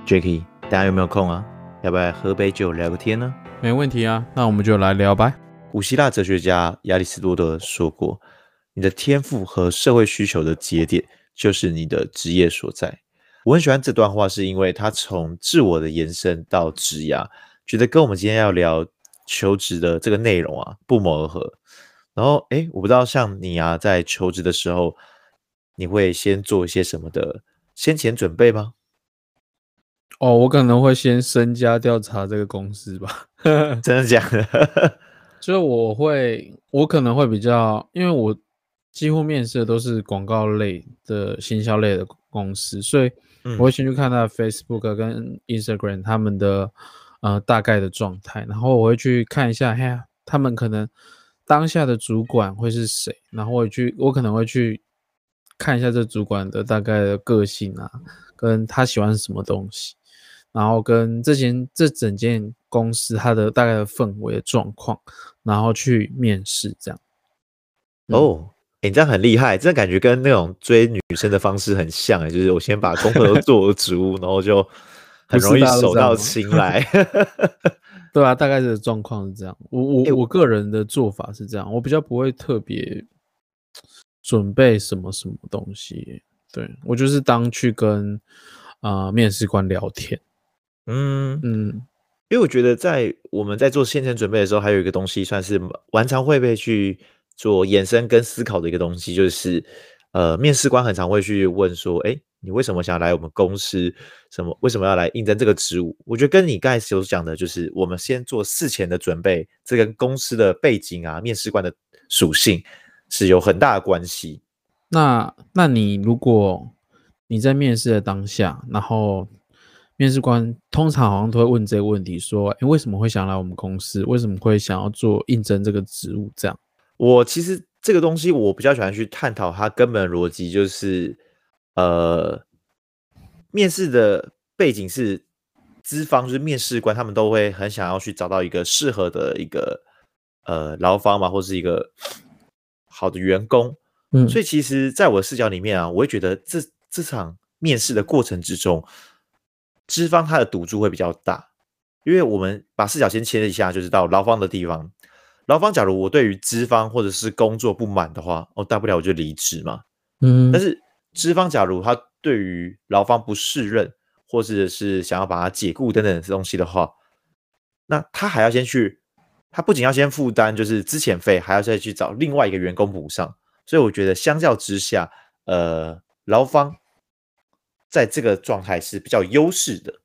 Jacky，大家有没有空啊？要不要喝杯酒聊个天呢？ 没问题啊，那我们就来聊吧。 古希腊哲学家亚里士多德说过，你的天赋和社会需求的节点就是你的职业所在。我很喜欢这段话，是因为它从自我的延伸到职涯，觉得跟我们今天要聊求职的这个内容啊不谋而合。然后，我不知道像你啊，在求职的时候，你会先做一些什么的先前准备吗？ 我可能会先身家调查这个公司吧。 真的假的？ 就是我可能会比较，因为我几乎面试的都是广告类的、行销类的公司，所以我会先去看他的 Facebook 跟 Instagram 他们的大概的状态，然后我会去看一下，他们可能当下的主管会是谁，然后我可能会去看一下这主管的大概的个性啊，跟他喜欢什么东西。然后跟这整间公司它的大概的氛围的状况，然后去面试这样。 哦，你这样很厉害，这感觉跟那种追女生的方式很像就是我先把功课都做足，然后就很容易不是大家都手到这样吗？ 擒来。 对啊，大概的状况是这样。我个人的做法是这样，我比较不会特别准备什么什么东西。对，我就是当去跟面试官聊天。 嗯， 嗯， 因为我觉得我们在做先前准备的时候，还有一个东西算是蛮常会被去做延伸跟思考的一个东西，就是面试官很常会去问说，你为什么想要来我们公司？为什么要来应征这个职务？我觉得跟你刚才所讲的，就是我们先做事前的准备，这跟公司的背景啊、面试官的属性是有很大的关系。 那你如果你在面试的当下，然后面试官通常好像都会问这个问题，说：为什么会想来我们公司？为什么会想要做应征这个职务？这样。 我其实这个东西我比较喜欢去探讨它根本的逻辑，就是呃，面试的背景是资方，就是面试官，他们都会很想要去找到一个适合的一个劳方嘛，或是一个好的员工。 嗯， 所以其实在我的视角里面啊，我会觉得这场面试的过程之中，资方他的赌注会比较大，因为我们把视角先切一下，就是到劳方的地方。劳方假如我对于资方或者是工作不满的话，大不了我就离职嘛。但嗯， 是资方假如他对于劳方不适任，或者是想要把他解雇等等的东西的话，那他还要先去，他不仅要先负担就是资遣费，还要再去找另外一个员工补上。所以我觉得相较之下，劳方在这个状态是比较优势的。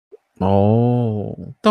但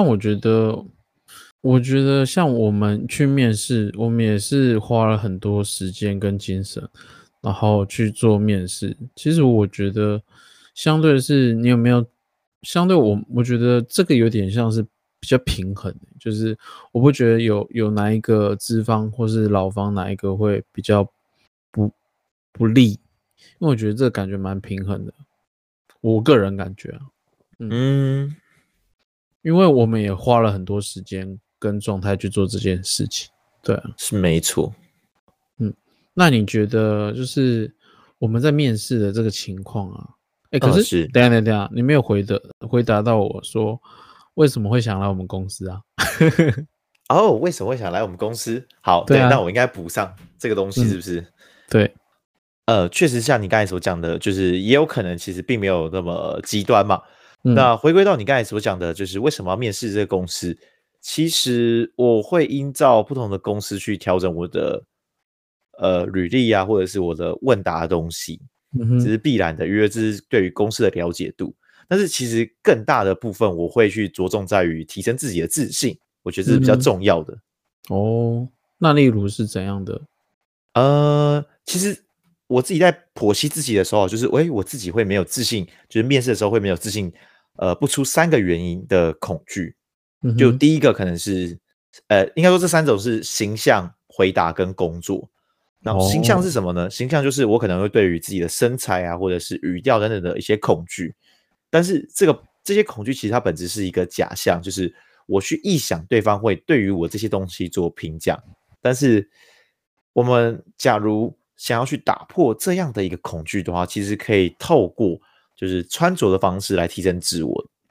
我觉得像我们去面试，我们也是花了很多时间跟精神，然后去做面试。其实我觉得，相对的是你有没有相对我觉得这个有点像是比较平衡的，就是我不觉得有哪一个资方或是劳方哪一个会比较不不利，因为我觉得这个感觉蛮平衡的，我个人感觉啊。嗯， 嗯， 因为我们也花了很多时间跟状态去做这件事情。对啊。 是没错。 嗯，那你觉得就是我们在面试的这个情况啊？可是是。 等一下，你没有回答到我说为什么会想来我们公司啊？ 哦，为什么会想来我们公司？好，对， 对啊。 那我应该补上这个东西，是嗯， 不是？ 对。 确实像你刚才所讲的，就是也有可能其实并没有那么极端嘛。 嗯， 那回归到你刚才所讲的，就是为什么要面试这个公司？其实我会依照不同的公司去调整我的履历啊，或者是我的问答的东西， 嗯哼。 这是必然的，因为这是对于公司的了解度。但是其实更大的部分，我会去着重在于提升自己的自信，我觉得这是比较嗯哼。 重要的。 哦，那例如是怎样的？ 其实我自己在剖析自己的时候，就是我自己会没有自信，就是面试的时候会没有自信，不出3个原因的恐惧。就嗯哼。 第一个可能是，应该说这3种是形象、回答跟工作。那形象哦。 是什么呢？形象就是我可能会对于自己的身材啊，或者是语调等等的一些恐惧。但是这些恐惧其实它本质是一个假象，就是我去臆想对方会对于我这些东西做评价。但是我们假如想要去打破这样的一个恐惧的话，其实可以透过就是穿着的方式来提升自我。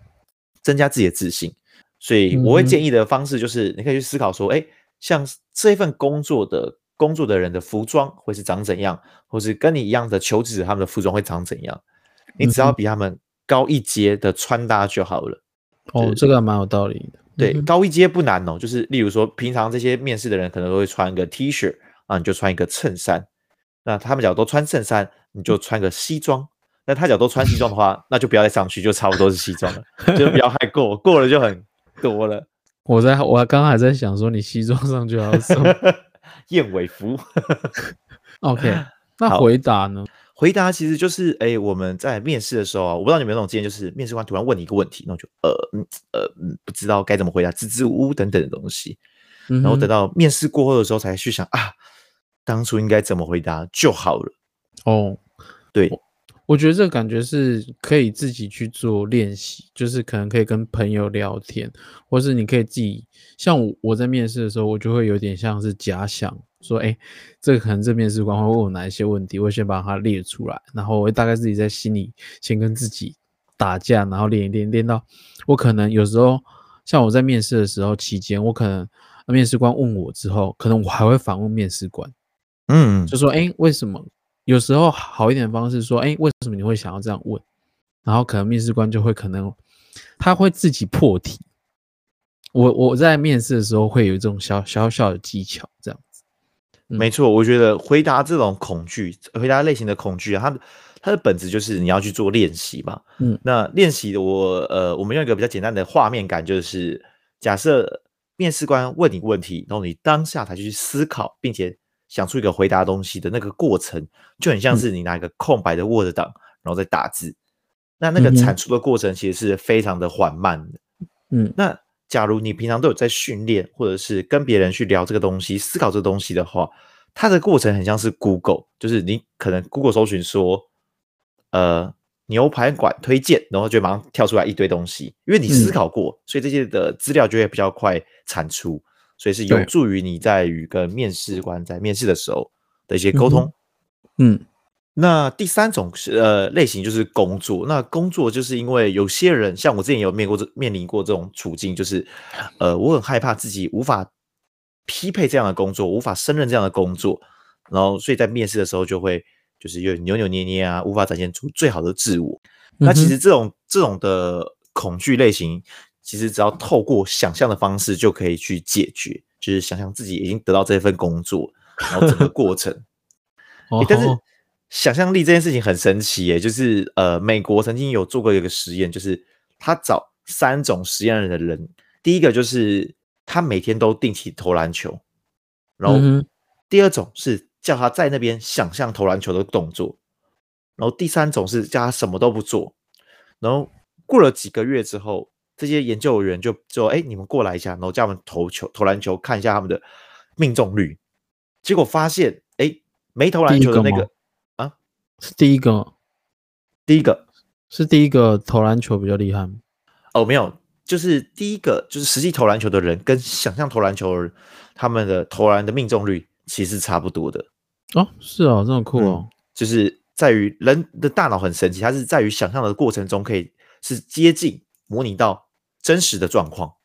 增加自己的自信。所以我会建议的方式就是，你可以去思考说，像这一份工作的人的服装会是长怎样，或是跟你一样的求职者他们的服装会长怎样，你只要比他们高一阶的穿搭就好了。 这个还蛮有道理的。 对，高一阶不难哦，就是例如说，平常这些面试的人可能都会穿个 T 恤啊，你就穿一个衬衫。那他们假如都穿衬衫，你就穿个西装。那他假如都穿西装的话，那就不要再上去，就差不多是西装了，就不要太过了就很多了。 我刚刚还在想说，你西装上就要送燕尾服。 OK， 那回答呢？ 回答其实就是，我们在面试的时候啊，我不知道你有没有那种经验，就是面试官突然问你一个问题，那我就不知道该怎么回答，支支吾吾等等的东西，然后等到面试过后的时候才去想啊，当初应该怎么回答就好了。对。 我觉得这个感觉是可以自己去做练习，就是可能可以跟朋友聊天，或是你可以自己，像我在面试的时候，我就会有点像是假想说，这个可能这面试官会问我哪一些问题，我先把它列出来，然后我会大概自己在心里先跟自己打架，然后练一练，练到我可能有时候像我在面试的时候期间，我可能面试官问我之后，可能我还会反问面试官，就说为什么？有时候好一点的方式说，为什么你会想要这样问？然后可能面试官就会他会自己破题。我在面试的时候会有这种小的技巧，这样子。 没错，我觉得回答这种恐惧，回答类型的恐惧啊，它的本质就是你要去做练习嘛。那练习的我们用一个比较简单的画面感，就是假设面试官问你问题，然后你当下才去思考，并且想出一个回答东西的那个过程，就很像是你拿一个空白的 Word 档，然后再打字。那个产出的过程其实是非常的缓慢的。那假如你平常都有在训练，或者是跟别人去聊这个东西，思考这个东西的话，它的过程很像是 Google， 就是你可能 Google 搜寻说，牛排馆推荐，然后就马上跳出来一堆东西，因为你思考过，所以这些的资料就会比较快产出。所以是有助于你在与跟面试官在面试的时候的一些沟通。那第三种类型就是工作。那工作就是因为有些人，像我之前有面临过这种处境，就是我很害怕自己无法匹配这样的工作，无法胜任这样的工作，然后所以在面试的时候就会就是有点扭扭捏捏啊，无法展现出最好的自我。那其实这种的恐惧类型，其实只要透过想象的方式就可以去解决，就是想象自己已经得到这份工作，然后整个过程。但是想象力这件事情很神奇耶，就是美国曾经有做过一个实验，就是他找3种实验的人，第一个就是他每天都定期投篮球，然后第二种是叫他在那边想象投篮球的动作，然后第三种是叫他什么都不做，然后过了几个月之后，这些研究员就说：“你们过来一下。”然后叫他们投篮球，看一下他们的命中率。结果发现，没投篮球的那个啊， 是第一个， 是第一个投篮球比较厉害吗？ 没有，就是第一个就是实际投篮球的人跟想象投篮球的人，他们的投篮的命中率其实差不多的。 是哦，这么酷哦。 就是在于人的大脑很神奇，它是在于想象的过程中可以是接近模拟到真实的状况。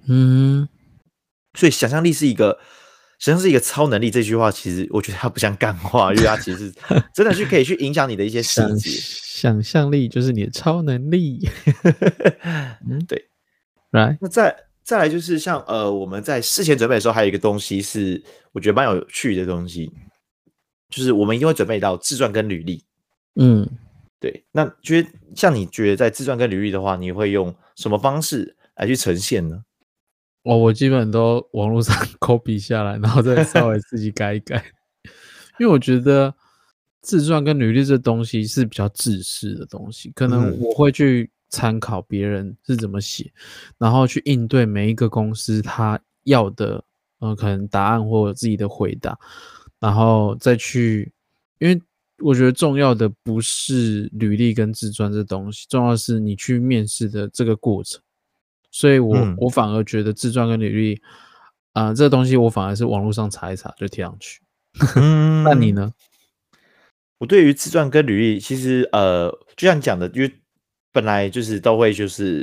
所以想象力是一个超能力。这句话其实我觉得它不像干话，因为它其实真的是可以去影响你的一些细节。 想象力就是你的超能力。 对。 来， 那再来就是像我们在事前准备的时候，还有一个东西是我觉得蛮有趣的东西，就是我们一定会准备到自传跟履历。对。那像你觉得在自传跟履历的话，你会用什么方式来去呈现呢？ 我基本都网络上 copy 下来，然后再稍微自己改一改。因为我觉得自传跟履历这东西是比较制式的东西，可能我会去参考别人是怎么写，然后去应对每一个公司他要的可能答案或自己的回答，然后再去，因为我觉得重要的不是履历跟自传这东西，重要的是你去面试的这个过程。所以我反而觉得自传跟履历这个东西我反而是网络上查一查就贴上去。那你呢？ 我对于自传跟履历，其实就像你讲的，因为本来就是都会就是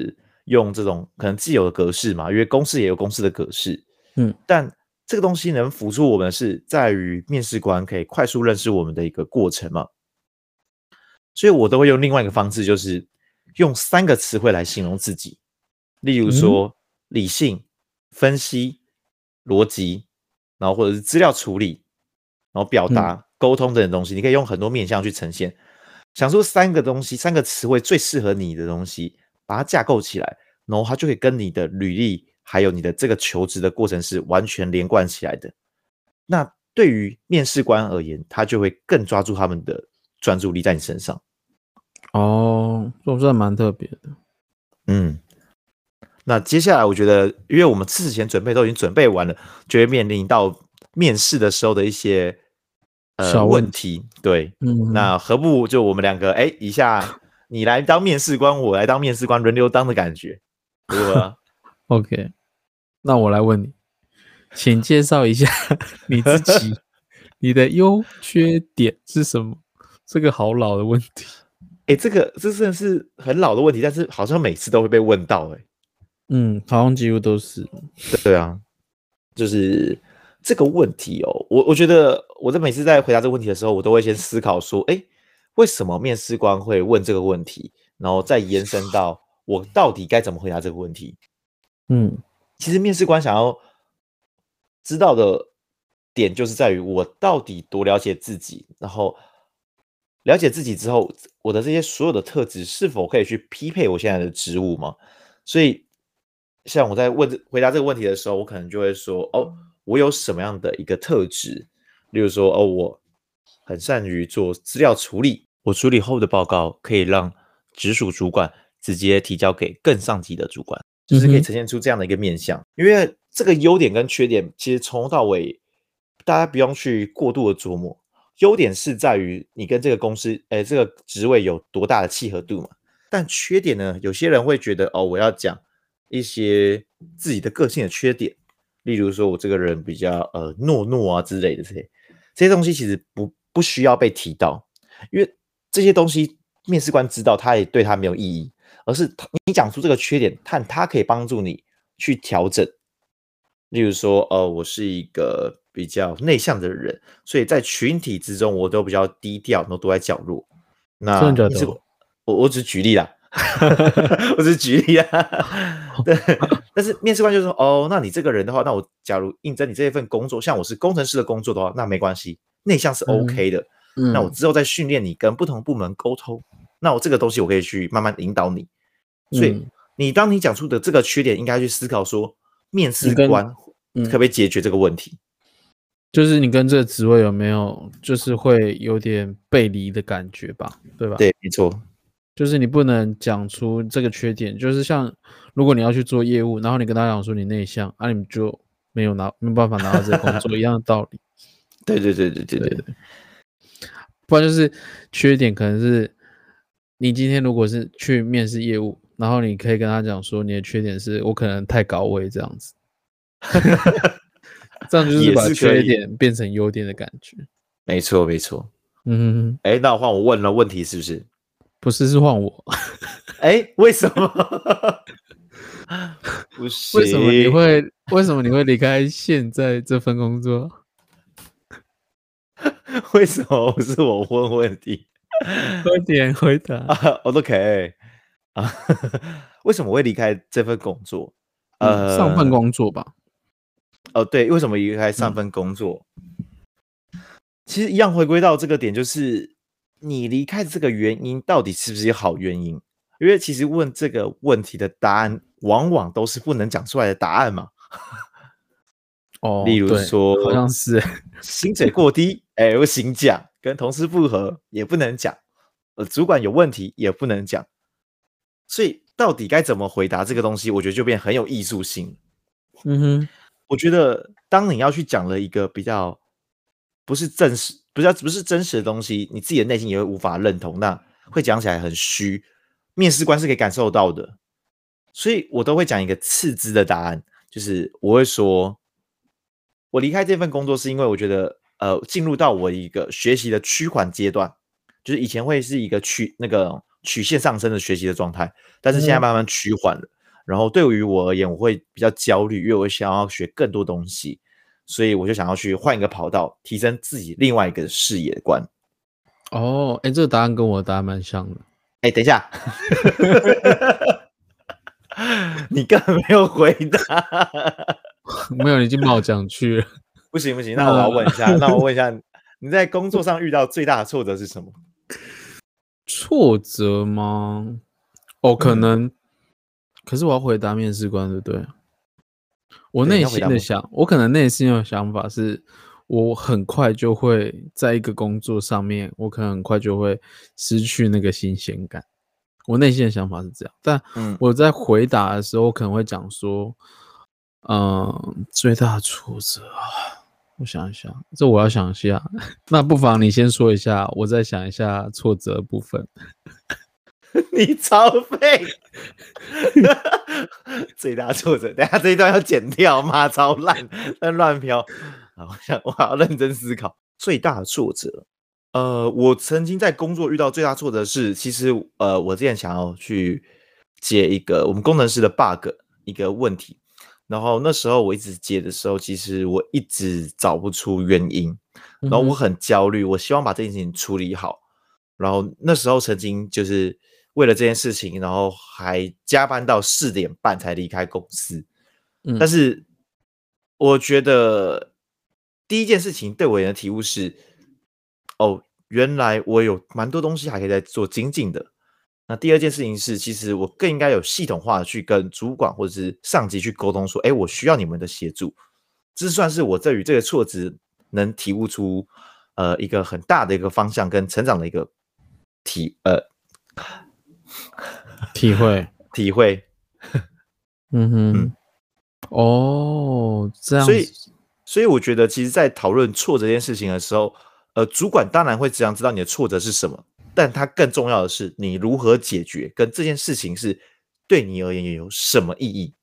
用这种可能既有的格式嘛，因为公司也有公司的格式，但这个东西能辅助我们是在于面试官可以快速认识我们的一个过程嘛，所以我都会用另外一个方式，就是用3个词汇来形容自己，例如说理性、分析、逻辑，然后或者是资料处理，然后表达、沟通等等东西，你可以用很多面向去呈现，想出3个东西，3个词汇最适合你的东西，把它架构起来，然后它就可以跟你的履历还有你的这个求职的过程是完全连贯起来的。那对于面试官而言，他就会更抓住他们的专注力在你身上。 哦，这算蛮特别的。 那接下来我觉得，因为我们事前准备都已经准备完了，就会面临到面试的时候的一些问题。对，那何不就我们2个，一下你来当面试官，我来当面试官，轮流当的感觉，如何 ？OK， 那我来问你，请介绍一下你自己，你的优缺点是什么？这个好老的问题。 这真的是很老的问题，但是好像每次都会被问到。 好像几乎都是。 对啊，就是这个问题我觉得我在每次在回答这个问题的时候，我都会先思考说，为什么面试官会问这个问题，然后再延伸到我到底该怎么回答这个问题。其实面试官想要知道的点就是在于我到底多了解自己，然后了解自己之后，我的这些所有的特质是否可以去匹配我现在的职务嘛？所以像我在回答这个问题的时候，我可能就会说，我有什么样的一个特质？例如说，我很善于做资料处理，我处理后的报告可以让直属主管直接提交给更上级的主管，就是可以呈现出这样的一个面向。因为这个优点跟缺点，其实从头到尾大家不用去过度的琢磨。优点是在于你跟这个公司，这个职位有多大的契合度嘛？但缺点呢，有些人会觉得，我要讲一些自己的个性的缺点，例如说我这个人比较懦啊之类的这些东西，其实不需要被提到，因为这些东西面试官知道，他也对他没有意义，而是你讲出这个缺点，他可以帮助你去调整。例如说，我是一个比较内向的人，所以在群体之中我都比较低调，然后躲在角落。那真的假的？ 我只是举例啦，我只是举例啦。对，但是面试官就说，那你这个人的话，那我假如应征你这一份工作，像我是工程师的工作的话，那没关系，内向是 OK 的。那我之后再训练你跟不同部门沟通，那我这个东西我可以去慢慢引导你。所以当你讲出的这个缺点，应该去思考说，面试官可不可以解决这个问题？ 就是你跟这个职位有没有就是会有点背离的感觉吧，对吧？ 对，没错。 就是你不能讲出这个缺点，就是像如果你要去做业务，然后你跟他讲说你内向，你们就没有办法拿到这个工作一样的道理。 对， 不然就是缺点可能是你今天如果是去面试业务，然后你可以跟他讲说你的缺点是我可能太高位这样子。这样就是把缺点变成优点的感觉。 没错。那换我问了问题是不是？ 不是，是换我。 为什么？不行。 为什么你会离开现在这份工作？ 为什么不是我问问题？ 快点回答。 我都可以。为什么会离开这份工作？ 上份工作吧。 对，为什么离开上份工作？其实一样回归到这个点，就是你离开这个原因到底是不是好原因？因为其实问这个问题的答案，往往都是不能讲出来的答案嘛。例如说， 好像是薪水过低，不行讲；跟同事不合也不能讲；主管有问题也不能讲。所以到底该怎么回答这个东西，我觉得就变很有艺术性。我觉得当你要去讲了一个比较不是真实的东西，你自己的内心也会无法认同，那会讲起来很虚，面试官是可以感受到的。所以我都会讲一个次之的答案，就是我会说，我离开这份工作是因为我觉得进入到我一个学习的趋缓阶段，就是以前会是一个曲线上升的学习的状态，但是现在慢慢趋缓了。 然后对于我而言，我会比较焦虑，因为我想要学更多东西，所以我就想要去换一个跑道，提升自己另外一个视野观。 哦，这个答案跟我的答案蛮像的。 等一下，你根本没有回答。 没有，你已经冒讲去了。 不行，那我要问一下，你在工作上遇到最大的挫折是什么？ 挫折吗？可能，可是我要回答面试官，对不对？我内心的我可能内心的想法是，我很快就会在一个工作上面，我可能很快就会失去那个新鲜感。我内心的想法是这样，但我在回答的时候，我可能会讲说，最大的挫折啊，我想一想，这我要想一下。那不妨你先说一下，我再想一下挫折的部分。 你超废！最大挫折，等一下这一段要剪掉，妈超烂，乱飘。我还要认真思考最大的挫折。我曾经在工作遇到最大挫折是，其实我之前想要去解一个我们工程师的 bug 一个问题，然后那时候我一直解的时候，其实我一直找不出原因，然后我很焦虑，我希望把这件事情处理好，然后那时候曾经就是为了这件事情，然后还加班到4点半才离开公司。但是我觉得第一件事情对我而言的体悟是，原来我有蛮多东西还可以再做精进的。那第二件事情是，其实我更应该有系统化的去跟主管或者是上级去沟通说，我需要你们的协助。这算是我对于这个挫折能体悟出一个很大的一个方向跟成长的一个体会。 这样子。 所以我觉得，其实，在讨论挫折这件事情的时候，主管当然会只想知道你的挫折是什么，但他更重要的是你如何解决，跟这件事情是对你而言有什么意义。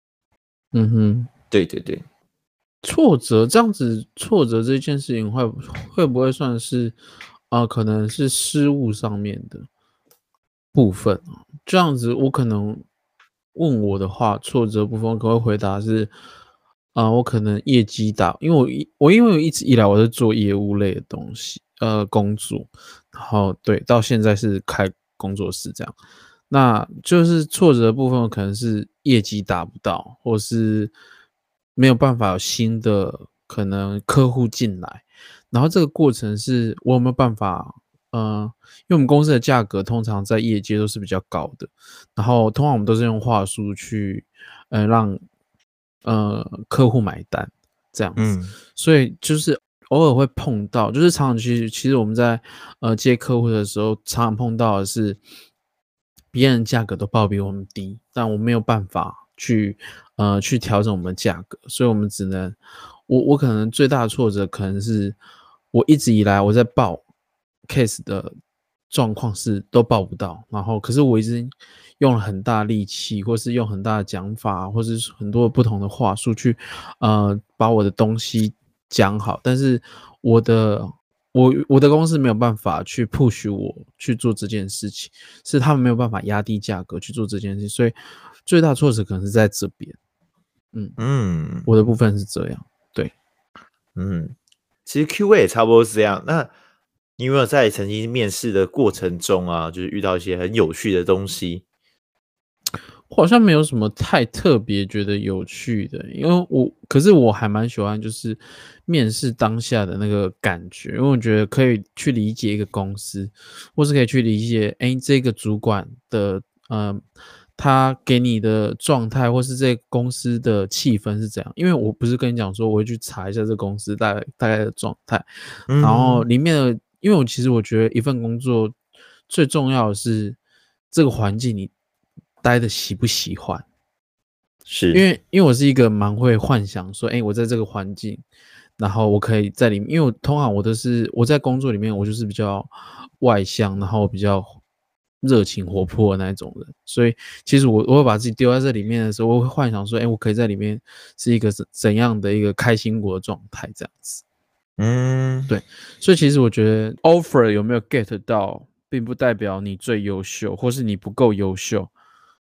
对， 挫折这样子，挫折这件事情会不会算是可能是失误上面的部分？这样子，我可能问我的话，挫折部分我可能会回答是，我可能业绩大，因为我一直以来我是做业务类的东西，工作，然后对，到现在是开工作室这样，那就是挫折的部分可能是业绩达不到，或是没有办法有新的可能客户进来，然后这个过程是我有没有办法，因为我们公司的价格通常在业界都是比较高的，然后通常我们都是用话术去，让客户买单这样子，所以就是偶尔会碰到，就是常常其实我们在接客户的时候，常常碰到的是别人价格都报比我们低，但我没有办法去调整我们的价格，所以我们只能我可能最大的挫折可能是我一直以来我在报 case 的状况是都报不到，然后可是我已经用了很大力气，或是用很大的讲法，或是很多不同的话术去把我的东西讲好，但是我的公司没有办法去 push 我去做这件事情，是他们没有办法压低价格去做这件事情，所以最大挫折可能是在这边。我的部分是这样，对。 其实 QA 也差不多是这样。那你有没有在曾经面试的过程中啊，就是遇到一些很有趣的东西？ 我好像没有什么太特别觉得有趣的，因为可是我还蛮喜欢就是面试当下的那个感觉，因为我觉得可以去理解一个公司，或是可以去理解，这个主管的他给你的状态，或是这个公司的气氛是怎样。因为我不是跟你讲说我会去查一下这公司大概的状态，然后里面的，因为其实我觉得一份工作最重要的是这个环境你待的喜不喜欢， 是因为我是一个蛮会幻想说，我在这个环境，然后我可以在里面，因为通常我在工作里面，我就是比较外向，然后比较热情活泼的那一种人，所以其实我会把自己丢在这里面的时候，我会幻想说，我可以在里面是一个怎样的一个开心果的状态这样子。对，所以其实我觉得 offer 有没有 get 到，并不代表你最优秀，或是你不够优秀。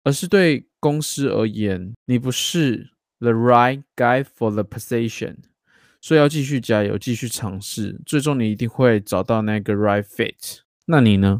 而是对公司而言，你不是 the right guy for the position， 所以要继续加油，继续尝试，最终你一定会找到那个 right fit。那你呢？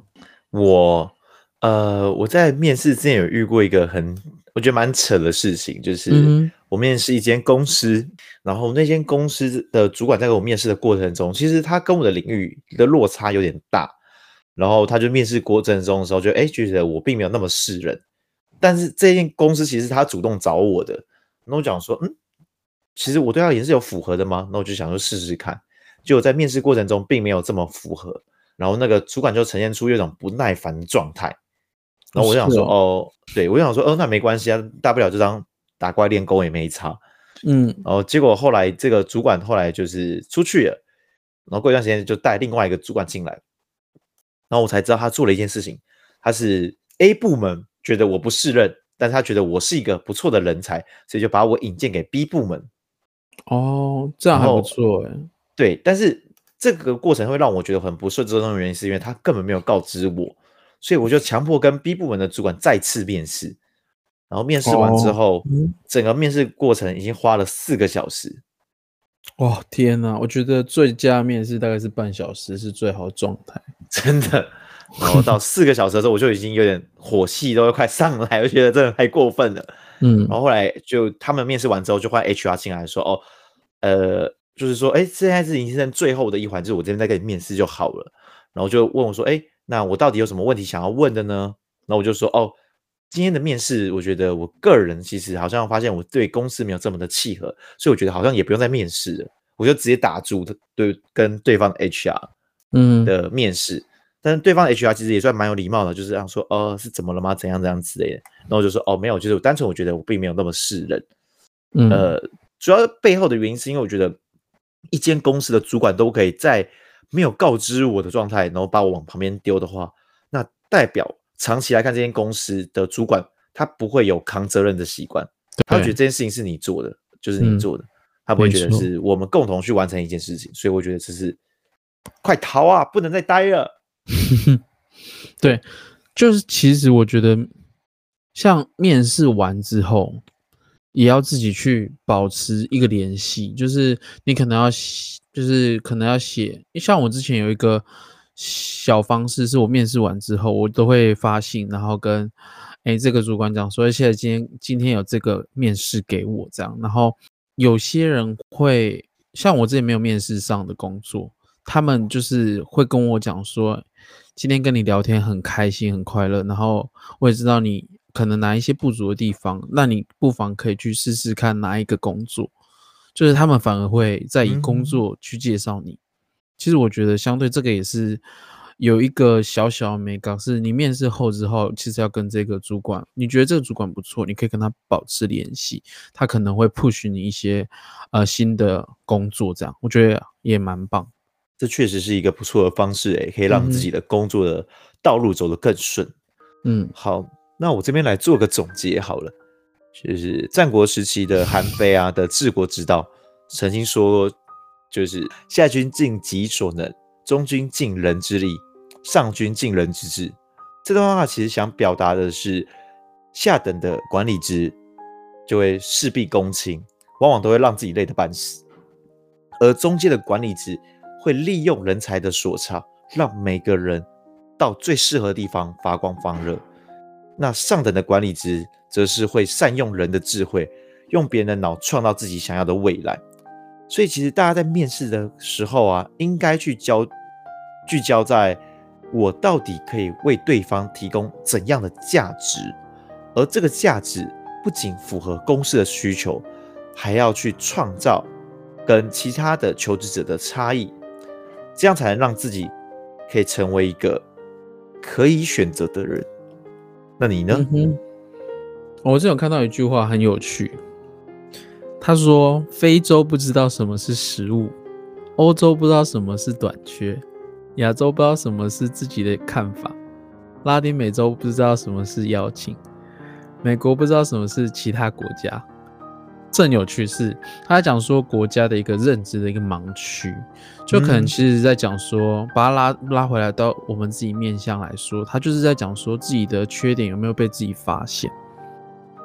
我在面试之前有遇过一个我觉得蛮扯的事情，就是我面试一间公司，然后那间公司的主管在跟我面试的过程中，其实他跟我的领域的落差有点大，然后他就面试过程中的时候就觉得我并没有那么适任，但是这间公司其实他主动找我的，然后我讲说其实我对他也是有符合的吗？那我就想说试试看，结果在面试过程中并没有这么符合，然后那个主管就呈现出一种不耐烦的状态，然后我就想说对，我就想说那没关系啊，大不了就当打怪练功也没差。然后结果后来这个主管后来就是出去了，然后过一段时间就带另外一个主管进来，然后我才知道他做了一件事情，他是 A 部门觉得我不适任，但是他觉得我是一个不错的人才，所以就把我引荐给 B 部门。 这样还不错对，但是这个过程会让我觉得很不顺的原因是因为他根本没有告知我，所以我就强迫跟 B 部门的主管再次面试，然后面试完之后，整个面试过程已经花了4个小时。 哇，天哪！我觉得最佳面试大概是半小时是最好的状态， 真的。然后到4个小时的时候，我就已经有点火气都快上来，我觉得真的太过分了。然后后来就他们面试完之后，就换 HR 进来说，就是说，现在是已经是最后的一环，就是我这边再跟你面试就好了。然后就问我说，那我到底有什么问题想要问的呢？然后我就说，今天的面试，我觉得我个人其实好像发现我对公司没有这么的契合，所以我觉得好像也不用再面试了，我就直接打住跟对方的 HR 的面试。但是对方的 HR 其实也算蛮有礼貌的，就是这样说，是怎么了吗？怎样之类的。然后我就说，没有，就是单纯我觉得我并没有那么适任。主要背后的原因是因为我觉得一间公司的主管都可以在没有告知我的状态，然后把我往旁边丢的话，那代表长期来看这间公司的主管他不会有扛责任的习惯，他会觉得这件事情是你做的，就是你做的，他不会觉得是我们共同去完成一件事情，所以我觉得这是快逃啊，不能再待了。 对，就是其实我觉得像面试完之后也要自己去保持一个联系，就是你可能要写，像我之前有一个小方式，是我面试完之后我都会发信，然后跟这个主管讲说，现在今天有这个面试给我这样。然后有些人会像我之前没有面试上的工作，他们就是会跟我讲说，今天跟你聊天很开心很快乐，然后我也知道你可能哪一些不足的地方，那你不妨可以去试试看哪一个工作，就是他们反而会再以工作去介绍你。其实我觉得相对这个也是有一个小小的美感，是你面试后之后，其实要跟这个主管，你觉得这个主管不错，你可以跟他保持联系，他可能会 push 你一些新的工作，这样我觉得也蛮棒。 这确实是一个不错的方式，可以让自己的工作的道路走得更顺。好，那我这边来做个总结好了，就是战国时期的韩非的治国之道曾经说，就是下军尽己所能，中军尽人之力，上军尽人之智。这段话其实想表达的是，下等的管理职就会事必躬亲，往往都会让自己累得半死，而中间的管理职会利用人才的所长，让每个人到最适合的地方发光发热。那上等的管理职则是会善用人的智慧，用别人的脑创造自己想要的未来。所以其实大家在面试的时候应该去聚焦在我到底可以为对方提供怎样的价值，而这个价值不仅符合公司的需求，还要去创造跟其他的求职者的差异，这样才能让自己可以成为一个可以选择的人。那你呢？ 我之前有看到一句话很有趣，他说非洲不知道什么是食物，欧洲不知道什么是短缺，亚洲不知道什么是自己的看法，拉丁美洲不知道什么是邀请，美国不知道什么是其他国家。这很有趣，是他在讲说国家的一个认知的一个盲区，就可能其实在讲说，把它拉回来到我们自己面向来说，他就是在讲说自己的缺点有没有被自己发现。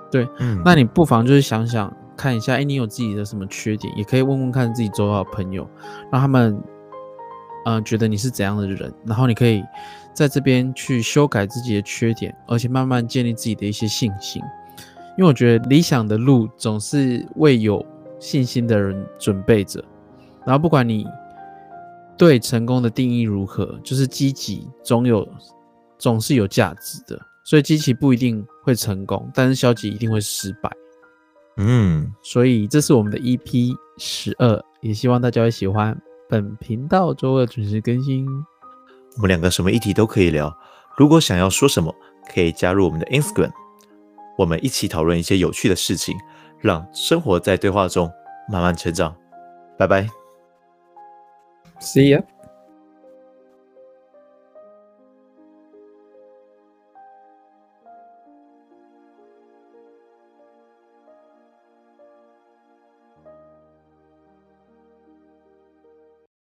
对，那你不妨就是想想看一下，你有自己的什么缺点，也可以问问看自己周遭的朋友，让他们觉得你是怎样的人，然后你可以在这边去修改自己的缺点，而且慢慢建立自己的一些信心。因为我觉得理想的路总是为有信心的人准备着，然后不管你对成功的定义如何，就是积极总是有价值的，所以积极不一定会成功，但是消极一定会失败。所以这是我们的 EP12，也希望大家会喜欢。本频道周二准时更新。 我们两个什么议题都可以聊，如果想要说什么，可以加入我们的 Instagram， 我们一起讨论一些有趣的事情，让生活在对话中慢慢成长。拜拜 See ya。